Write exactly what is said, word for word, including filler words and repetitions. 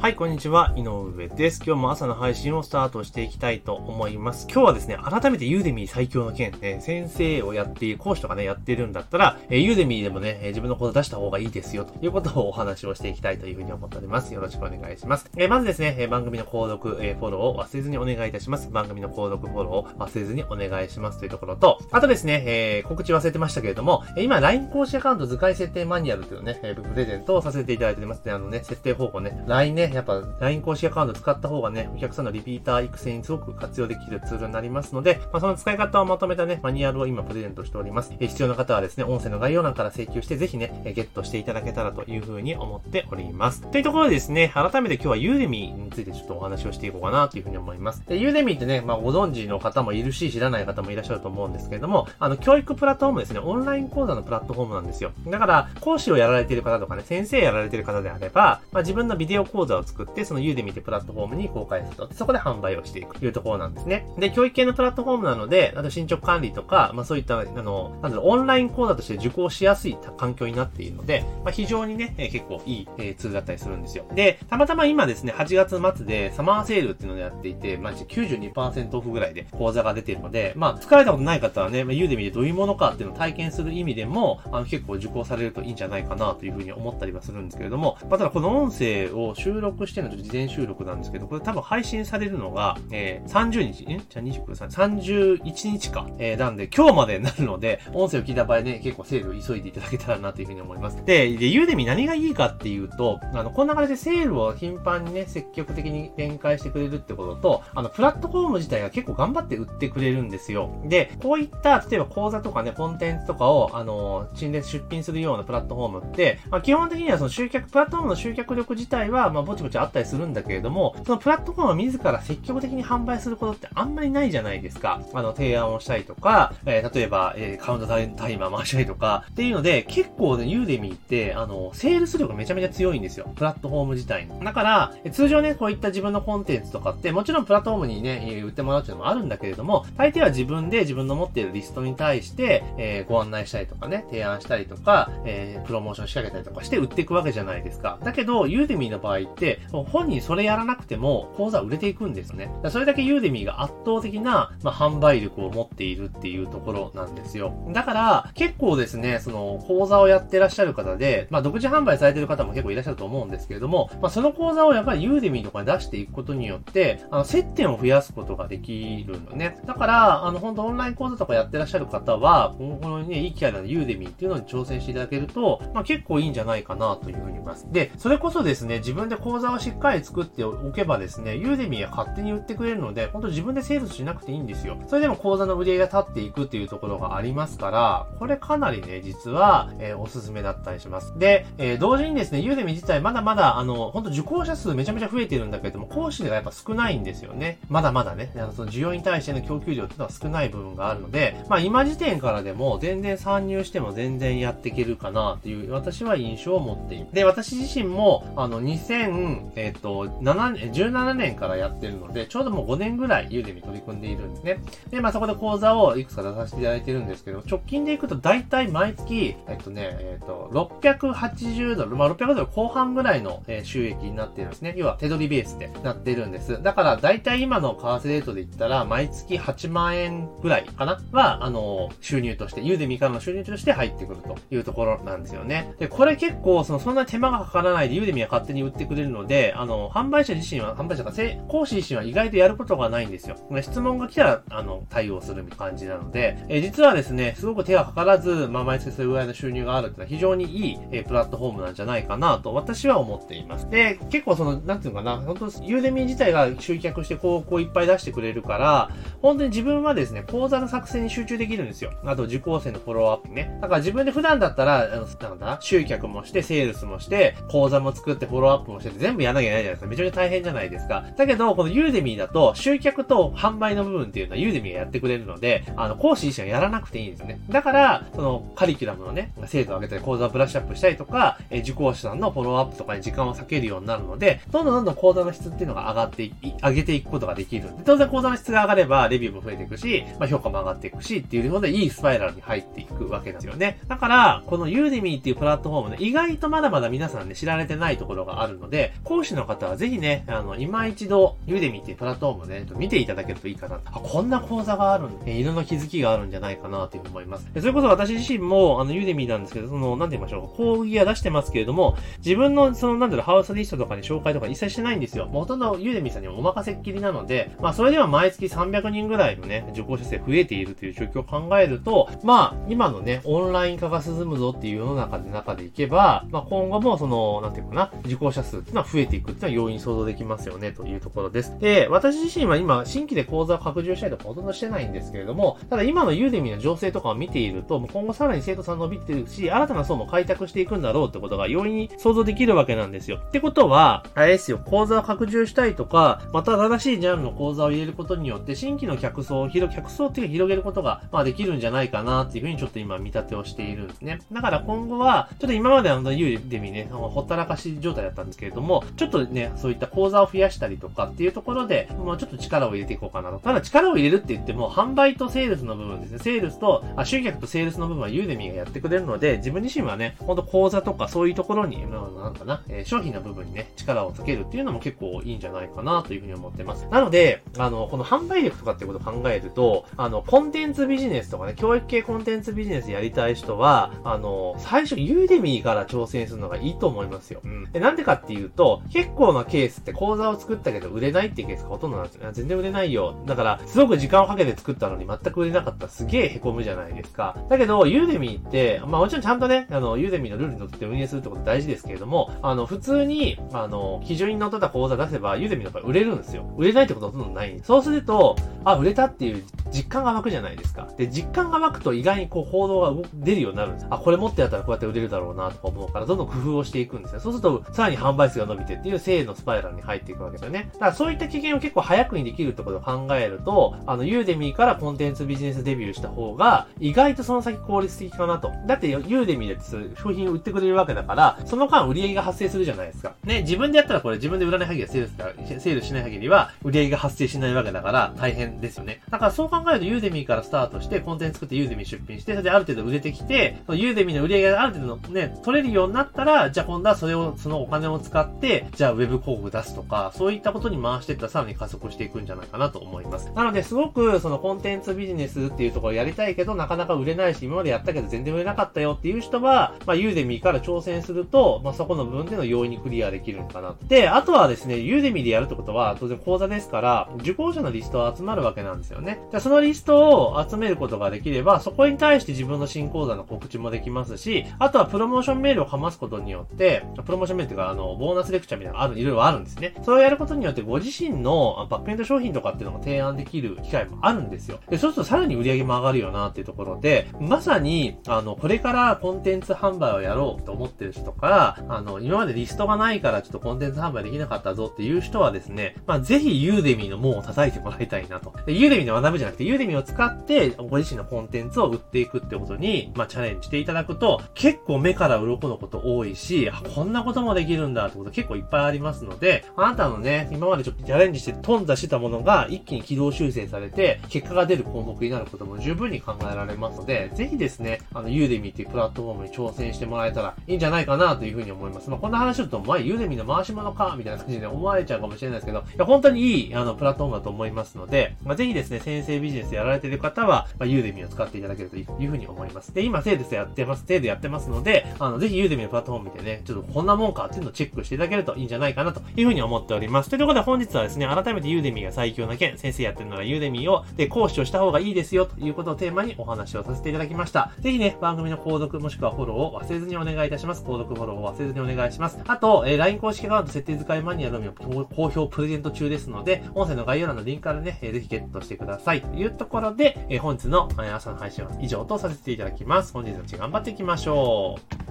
はい、こんにちは。井上です。今日も朝の配信をスタートしていきたいと思います。今日はですね、改めてユーデミー最強の件、ね、先生をやっている、講師とかね、やっているんだったら、えー、ユーデミーでもね、自分の講座出した方がいいですよ、ということをお話をしていきたいというふうに思っております。よろしくお願いします。えー、まずですね、番組の購読、えー、フォローを忘れずにお願いいたします。番組の購読、フォローを忘れずにお願いしますというところと、あとですね、えー、告知忘れてましたけれども、今、ライン 講師アカウント図解設定マニュアルというね、えー、プレゼントをさせていただいておりますね。あのね、設定方法ね、ライン ね、やっぱ ライン 講師アカウント使った方がね、お客さんのリピーター育成にすごく活用できるツールになりますので、まあ、その使い方をまとめたね、マニュアルを今プレゼントしております。えー、必要な方はですね、音声の概要欄から請求して、ぜひね、えー、ゲットしていただけたらというふうに思っております。というところでですね、改めて今日はユーデミーについてちょっとお話をしていこうかなというふうに思います。で、ユーデミーってね、まあ、ご存知の方もいるし、知らない方もいらっしゃると思うんですけれども、あの、教育プラットフォームですね、オンライン講座のプラットフォームなんですよ。だから、講師をやられている方とかね、先生やられている方であれば、まあ、自分のビデオ講座を作って、そのユーデミーってプラットフォームに公開すると。そこで販売をしていくというところなんですね。で、教育系のプラットフォームなので、あと進捗管理とか、まあそういった、あの、なんだろう、オンライン講座として受講しやすい環境になっているので、まあ非常にね、えー、結構いい、えー、ツールだったりするんですよ。で、たまたま今ですね、はちがつ末でサマーセールっていうのをやっていて、まあ きゅうじゅうにパーセント オフぐらいで講座が出ているので、まあ使われたことない方はね、まあ、ユーデミーでどういうものかっていうのを体験する意味でも、あの結構受講されるといいんじゃないかなというふうに思ったりはするんですけれども、まあただこの音声を収録してるのは事前収録なんですけど、これ多分配信されるのが、えー、さんじゅうにち、んじゃあにじゅうく、さんじゅういちにちか。えー、なんで今日までになるので、音声を聞いた場合ね、結構セールを急いでいただけたらなというふうに思います。で、で、ユーデミ何がいいかっていうと、あの、こんな感じでセールを頻繁にね、積極的に展開してくれるってことと、あの、プラットフォーム自体が結構頑張って売ってくれるんですよ。で、こういった、例えば講座とかね、コンテンツとかを、あの、陳列出品するようなプラットフォームって、まあ、基本的にはその集客、プラットフォームの集客力自体は、まあ、ぼちぼちあったりするんだけれども、そのプラットフォームを自ら積極的に販売することってあんまりないじゃないですか。あの、提案をしたりとか、えー、例えば、えー、カウントタイマー回したりとか、っていうので、結構ね、ユーデミーって、あの、セールス力がめちゃめちゃ強いんですよ。プラットフォーム自体に。だから、通常ね、こういった自分のコンテンツとかって、もちろんプラットフォームにね、売ってもらうっていうのもあるんだけれども、大抵は自分で自分の持っているリストに対して、えー、ご案内したりとかね、提案したりとか、えー、プロモーション仕掛けたりとかして売っていくわけじゃないですか。だけど、ユーデミーの場合って、本人それやらなくても、講座売れていくんですね。それだけユーデミーが圧倒的な、まあ、販売力を持っているっていうところなんですよ。だから、結構ですね、その、講座をやってらっしゃる方で、まあ、独自販売されてる方も結構いらっしゃると思うんですけれども、まあ、その講座をやっぱりユーデミーとかに出していくことによって、あの、接点を増やすことができるのね。だから、あの、本当オンライン講座とかやってらっしゃる方は、このね、いい機会なのでユーデミーっていうのに挑戦していただけると、まあ、結構いいんじゃないかなというふうに思います。で、それこそですね、自分で講座をしっかり作っておけばですね、ユーデミーは勝手に売ってくれるので、本当自分でセールスしなくていいんですよ。それでも講座の売り上げが立っていくっていうところがありますから、これかなりね、実は、えー、おすすめだったりします。で、えー、同時にですね、ユーデミー自体まだまだ、あの、本当受講者数めちゃめちゃ増えてるんだけれども、講師がやっぱ少ないんですよね。まだまだね、あの、その需要に対しての供給量っていうのは少ない部分があるので、まあ今時点からでも全然参入しても全然やっていけるかなっていう、私は印象を持っている。で、私自身も、あの、にせん、えっと、ななねん、じゅうななねんからやってるので、ちょうどもうごねんぐらいユーデミー取り組んでいるんですね。で、まあそこで講座をいくつか出させていただいてるんですけど、直近でいくと大体毎月、えっとね、えっと、ろっぴゃくはちじゅうドル、まあろっぴゃくドル後半ぐらいの収益になっているんですね。要は手取りベースでなっているんです。だから大体今の為替レートで言ったら、毎月はちまんえんぐらいかなは、あの、収入として、ユーデミーからの収入として入ってくるというところなんですよね。で、これ結構、その、そんな手間がかからないでユーデミーは勝手に売ってくれるので、あの、販売者自身は、販売者が、講師自身は意外とやることがないんですよ。質問が来たら、あの、対応するみたいな感じなので、え実はですね、すごく手がかからず、まあ、毎月それぐらいの収入があるっていうのは非常にいい、えプラットフォームなんじゃないかなと私は思っています。で、結構その、なんていうのかな、本当ユーデミー自体が集客して広告をいっぱい出してくれるから、本当に自分はですね、講座の作成に集中できるんですよ。あと、受講生のフォローアップね。だから自分で普段だったら、あの、なんだ、集客もして、セールスもして、講座も作って、フォローアップもしてって全部やらなきゃいけないじゃないですか。めちゃめちゃ大変じゃないですか。だけど、このユーデミーだと、集客と販売の部分っていうのはユーデミーがやってくれるので、あの、講師自身はやらなくていいんですよね。だから、その、カリキュラムのね、精度を上げたり、講座をブラッシュアップしたりとか、えー、受講者さんのフォローアップとかに時間を割けるようになるので、どんどんどんどん講座の質っていうのが上がってい、上げていくことができる。で当然講座の質が上がれば、レビューも増えていくし、まあ、評価も上がっていくし、っていうので、いいスパイラルに入っていくわけなんですよね。だから、このユーデミーっていうプラットフォームね、意外とまだまだ皆さんね、知られてないところがあるので、 講師の方はぜひね、あの、今一度、ユーデミーっていうプラットフォームをね、見ていただけるといいかなと。あ、こんな講座があるんだ。いろんな気づきがあるんじゃないかなというふうに思います。それこそ私自身も、あの、ユーデミーなんですけど、その、なんて言いましょう、講義は出してますけれども、自分の、その、なんだろう、ハウスリストとかに紹介とか一切してないんですよ。もうほとんどユーデミーさんにもお任せっきりなので、まあ、それでは毎月さんびゃくにんぐらいのね、受講者数増えているという状況を考えると、まあ、今のね、オンライン化が進むぞっていう世の中で中でいけば、まあ、今後もその、なんていうかな、受講者数っていうのは増えていくっていうのは容易に想像できますよね、というところです。で、私自身は今、新規で講座を拡充したりとかほとんどしてないんですけれども、ただ今のユーデミーの情勢とかを見ていると、もう今後さらに生徒さん伸びてるし、新たな層も開拓していくんだろうってことが容易に想像できるわけなんですよ。ってことは、あれですよ、講座を拡充したいとか、また新しいジャンルの講座を入れることによって、新規の客層を広、客層っていうか広げることが、まあできるんじゃないかなっていうふうにちょっと今見立てをしているんですね。だから今後は、ちょっと今まであのユーデミーね、ほったらかし状態だったんですけれども、ちょっとね、そういった講座を増やしたりとかっていうところで、まあちょっと力を入れていこうかなと。ただ力を入れるって言っても、販売とセールスの部分ですね。セールスと、あ、集客とセールスの部分はユーデミーがやってくれるので、自分自身はね、ほんと講座とかそういうところに、なんかな、えー、商品の部分にね、力をつけるっていうのも結構いいんじゃないかなというふうに思ってます。なので、あの、この販売力とかってことを考えると、あの、コンテンツビジネスとかね、教育系コンテンツビジネスやりたい人は、あの、最初ユーデミーから挑戦するのがいいと思いますよ。うん。で、なんでかっていうと、結構なケースって講座を作ったけど売れないっていうケースがほとんどなんですよ。全然売れないよ。だから、すごく時間をかけて作ったのに全く売れなかったらすげえ凹むじゃないですか。だけど、ユーデミーって、まあもちろんちゃんとね、あの、ユーデミーのルールに乗って運営するってこと大事ですけれども、あの、普通に、あの、基準に乗ってた講座出せば、ユーデミーの場合売れるんですよ。売れないってことはほとんどない。そうすると、あ、売れたっていう実感が湧くじゃないですか。で、実感が湧くと意外にこう報道が出るようになるんです。あ、これ持ってやったらこうやって売れるだろうなとか思うから、どんどん工夫をしていくんですよ。そうすると、さらに販売数が伸びてっていう正のスパイラルに入っていくわけですよね。だからそういった経験を結構早くにできるってことを考えると、あの、ユーデミーからコンテンツビジネスデビューした方が、意外とその先効率的かなと。だって、ユーデミーで商品を売ってくれるわけだから、その間売り上げが発生するじゃないですか。ね、自分でやったらこれ自分で売らない限りはセールスが、セールしない限りは売り上げが発生しないわけだから大変ですよね。だからそう考えるとユーデミーからスタートしてコンテンツ作ってユーデミー出品して、それである程度売れてきて、ユーデミーの売り上げがある程度ね、取れるようになったら、じゃあ今度はそれを、そのお金を使って、じゃあウェブ広告出すとか、そういったことに回していったらさらに加速していくんじゃないかなと思います。なので、すごくそのコンテンツビジネスっていうところをやりたいけど、なかなか売れないし、今までやったけど全然売れなかったよっていう人は、まあユーデミーから挑戦すると、まあそこの部分での容易にクリアできるのかな。で、あとはですね、ユーデミーでやるってことは、当然講座ですから、受講者のリストは集まるわけなんですよね。で、そのリストを集めることができれば、そこに対して自分の新講座の告知もできますし、あとはプロモーションメールをかますことによって、プロモーションメールっていうか、あの、ボーナスレクチャーみたいなのがある、いろいろあるんですね。それをやることによって、ご自身のバックエンド商品とかっていうのが提案できる機会もあるんですよ。で、そうするとさらに売り上げも上がるよなっていうところで、まさに、あの、これからコンテンツ販売をやろうと思ってる人から、あの、今までリストがないからちょっとコンテンツ販売できなかったぞっていう人はですね、まあ、ぜひユーデミーの門を叩いてもらいたいなと。で、ユーデミーの学ぶじゃなくて、ユーデミーを使って、ご自身のコンテンツを売っていくってことに、まあ、チャレンジしていただくと、結構目から鱗のこと多いし、あ、こんなこともできるんだってこと結構いっぱいありますので、あなたのね、今までちょっとチャレンジして頓挫してたものが一気に軌道修正されて、結果が出る項目になることも十分に考えられますので、ぜひですね、あの、ユーデミーっていうプラットフォームに挑戦してもらえたらいいんじゃないかなというふうに思います。まあ、こんな話すると、前ユーデミーの回し物かみたいな感じで思われちゃうかもしれないですけど、いや、本当にいい、あの、プラットフォームだと思いますので、まあ、ぜひですね、先生ビジネスやられている方は、まあ、ユーデミーを使っていただけるというふうに思います。で、今、セールスやってます、セールやってますので、あの、ぜひユーデミーのプラットフォーム見てね、ちょっとこんなもんかっていうのをチェックしていただけるといいんじゃないかなというふうに思っております。ということで本日はですね、改めてユーデミーが最強な件、先生やってるならユーデミーを、で、講師をした方がいいですよということをテーマにお話をさせていただきました。ぜひね、番組の購読もしくはフォローを忘れずにお願いいたします。購読フォローを忘れずにお願いします。あと、えー、ライン 公式アカウント設定使いマニュアルのみ好評プレゼント中ですので、音声の概要欄のリンクからね、えー、ぜひゲットしてください。というところで、えー、本日の朝の配信は以上とさせていただきます。本日のうち頑張っていきましょう。